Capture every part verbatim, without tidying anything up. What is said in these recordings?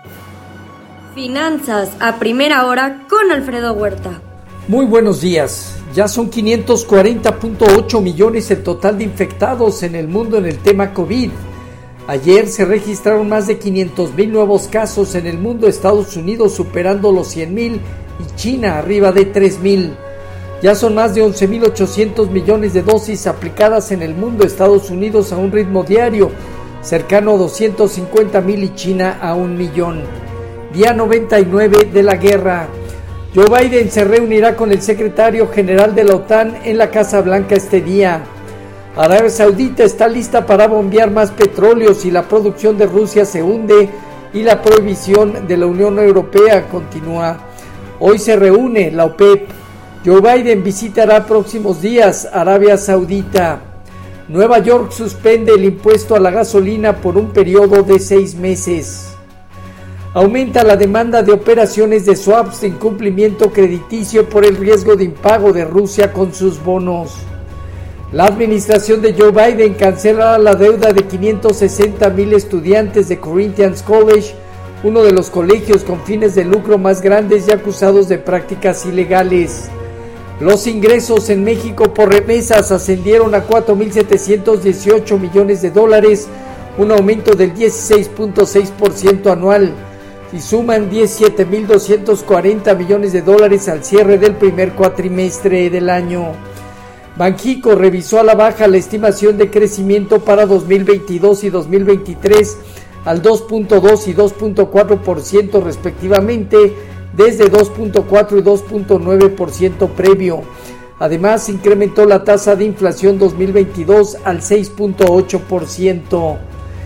Finanzas a primera hora con Alfredo Huerta. Muy buenos días. Ya son quinientos cuarenta punto ocho millones el total de infectados en el mundo en el tema COVID. Ayer se registraron más de quinientos mil nuevos casos en el mundo, Estados Unidos superando los cien mil y China arriba de tres mil. Ya son más de once mil ochocientos millones de dosis aplicadas en el mundo, Estados Unidos a un ritmo diario cercano a doscientos cincuenta mil y China a un millón. Día noventa y nueve de la guerra. Joe Biden se reunirá con el secretario general de la OTAN en la Casa Blanca este día. Arabia Saudita está lista para bombear más petróleo si la producción de Rusia se hunde y la prohibición de la Unión Europea continúa. Hoy se reúne la OPEP. Joe Biden visitará próximos días Arabia Saudita. Nueva York suspende el impuesto a la gasolina por un periodo de seis meses. Aumenta la demanda de operaciones de swaps de incumplimiento crediticio por el riesgo de impago de Rusia con sus bonos. La administración de Joe Biden cancelará la deuda de quinientos sesenta mil estudiantes de Corinthians College, uno de los colegios con fines de lucro más grandes y acusados de prácticas ilegales. Los ingresos en México por remesas ascendieron a cuatro mil setecientos dieciocho millones de dólares, un aumento del dieciséis punto seis por ciento anual, y suman diecisiete mil doscientos cuarenta millones de dólares al cierre del primer cuatrimestre del año. Banxico revisó a la baja la estimación de crecimiento para dos mil veintidós y dos mil veintitrés al dos punto dos y dos punto cuatro por ciento respectivamente, desde dos punto cuatro y dos punto nueve por ciento previo. Además, incrementó la tasa de inflación dos mil veintidós al seis punto ocho por ciento.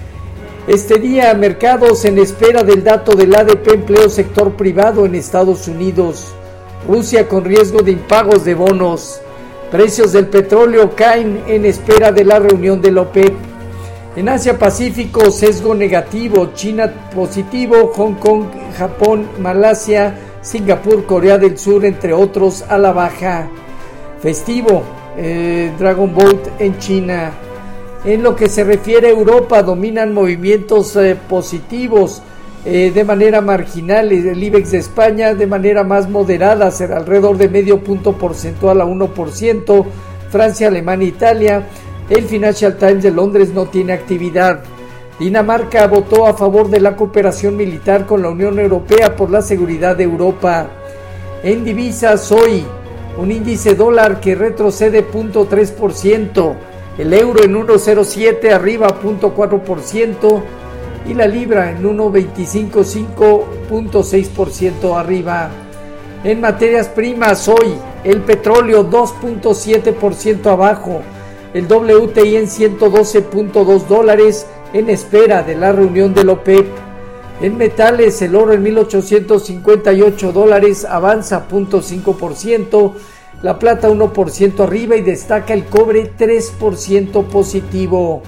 Este día, mercados en espera del dato del A D P empleo sector privado en Estados Unidos. Rusia con riesgo de impagos de bonos. Precios del petróleo caen en espera de la reunión de la OPEP. En Asia Pacífico, sesgo negativo, China positivo, Hong Kong, Japón, Malasia, Singapur, Corea del Sur, entre otros, a la baja. Festivo, eh, Dragon Boat en China. En lo que se refiere a Europa, dominan movimientos eh, positivos eh, de manera marginal. El IBEX de España de manera más moderada, será alrededor de medio punto porcentual a uno por ciento. Francia, Alemania, Italia. El Financial Times de Londres no tiene actividad. Dinamarca votó a favor de la cooperación militar con la Unión Europea por la seguridad de Europa. En divisas hoy, un índice dólar que retrocede cero punto tres por ciento. El euro en uno punto cero siete arriba cero punto cuatro por ciento y la libra en uno punto veinticinco cinco punto seis por ciento arriba. En materias primas hoy el petróleo dos punto siete por ciento abajo, el W T I en ciento doce punto dos dólares en espera de la reunión de la OPEP. En metales el oro en mil ochocientos cincuenta y ocho dólares avanza cero punto cinco por ciento. La plata uno por ciento arriba y destaca el cobre tres por ciento positivo.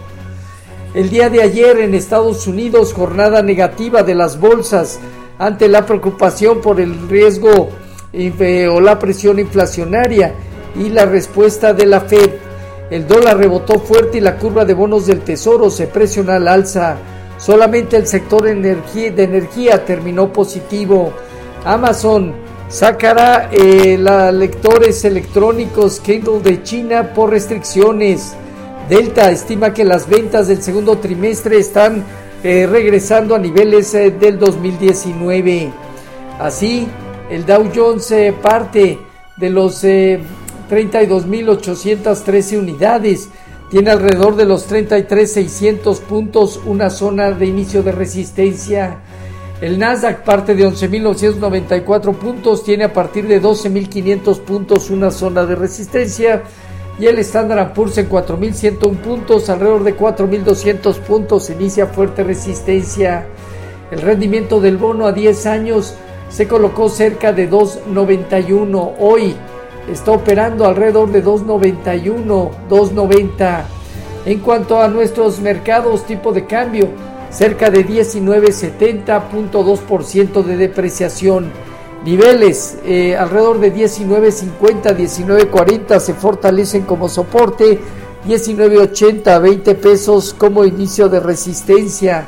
El día de ayer en Estados Unidos, jornada negativa de las bolsas ante la preocupación por el riesgo eh, o la presión inflacionaria y la respuesta de la Fed. El dólar rebotó fuerte y la curva de bonos del Tesoro se presionó al alza. Solamente el sector energía, de energía terminó positivo. Amazon sacará eh, la lectores electrónicos Kindle de China por restricciones. Delta estima que las ventas del segundo trimestre están eh, regresando a niveles eh, del dos mil diecinueve. Así, el Dow Jones eh, parte de los eh, treinta y dos mil ochocientas trece unidades. Tiene alrededor de los treinta y tres mil seiscientos puntos, una zona de inicio de resistencia. El Nasdaq parte de once mil novecientos noventa y cuatro puntos, tiene a partir de doce mil quinientos puntos una zona de resistencia, y el Standard and Poor's en cuatro mil ciento uno puntos, alrededor de cuatro mil doscientos puntos, inicia fuerte resistencia. El rendimiento del bono a diez años se colocó cerca de dos punto noventa y uno, hoy está operando alrededor de dos punto noventa y uno, dos punto noventa. En cuanto a nuestros mercados, tipo de cambio, cerca de diecinueve setenta, cero punto dos por ciento de depreciación. Niveles eh, alrededor de diecinueve cincuenta, diecinueve cuarenta se fortalecen como soporte, diecinueve ochenta, veinte pesos como inicio de resistencia.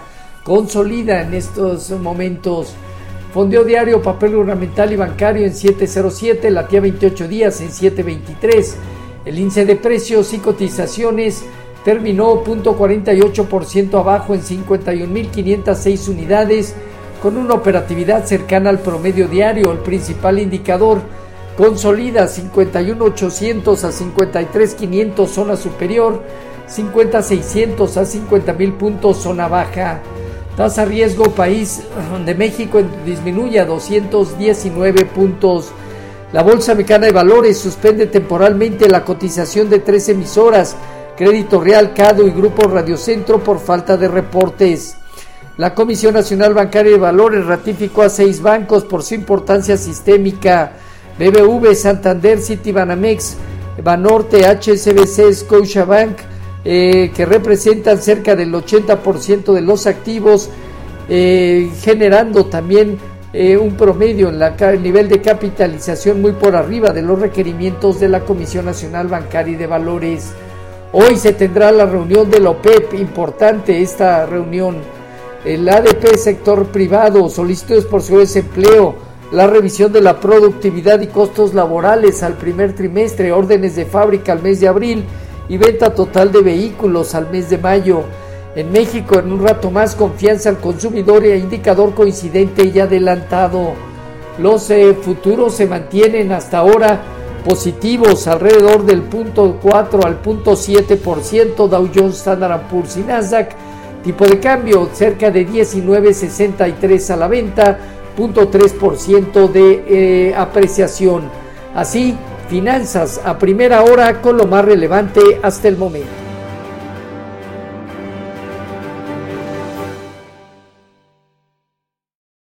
consolida en estos momentos. Fondeo diario, papel gubernamental y bancario en siete cero siete, latía veintiocho días en siete veintitrés. El índice de precios y cotizaciones terminó cero punto cuarenta y ocho por ciento abajo en cincuenta y un mil quinientas seis unidades, con una operatividad cercana al promedio diario. El principal indicador consolida cincuenta y un mil ochocientos a cincuenta y tres mil quinientos, zona superior, cincuenta mil seiscientos a cincuenta mil puntos, zona baja. Tasa riesgo país de México disminuye a doscientos diecinueve puntos. La Bolsa Mexicana de Valores suspende temporalmente la cotización de tres emisoras, Crédito Real, Cado y Grupo Radiocentro, por falta de reportes. La Comisión Nacional Bancaria de Valores ratificó a seis bancos por su importancia sistémica: B B V, Santander, Citibanamex, Banorte, H S B C, Scotiabank, eh, que representan cerca del ochenta por ciento de los activos, eh, generando también eh, un promedio en la, el nivel de capitalización muy por arriba de los requerimientos de la Comisión Nacional Bancaria y de Valores. Hoy se tendrá la reunión de la O P E P, importante esta reunión. El A D P, sector privado, solicitudes por seguridad de desempleo, la revisión de la productividad y costos laborales al primer trimestre, órdenes de fábrica al mes de abril y venta total de vehículos al mes de mayo. En México, en un rato más, confianza al consumidor e indicador coincidente y adelantado. Los eh, futuros se mantienen hasta ahora positivos, alrededor del punto cuatro al punto siete por ciento, Dow Jones, Standard and Poor's y Nasdaq. Tipo de cambio cerca de diecinueve sesenta y tres a la venta, cero punto tres por ciento de eh, apreciación. Así, finanzas a primera hora con lo más relevante hasta el momento.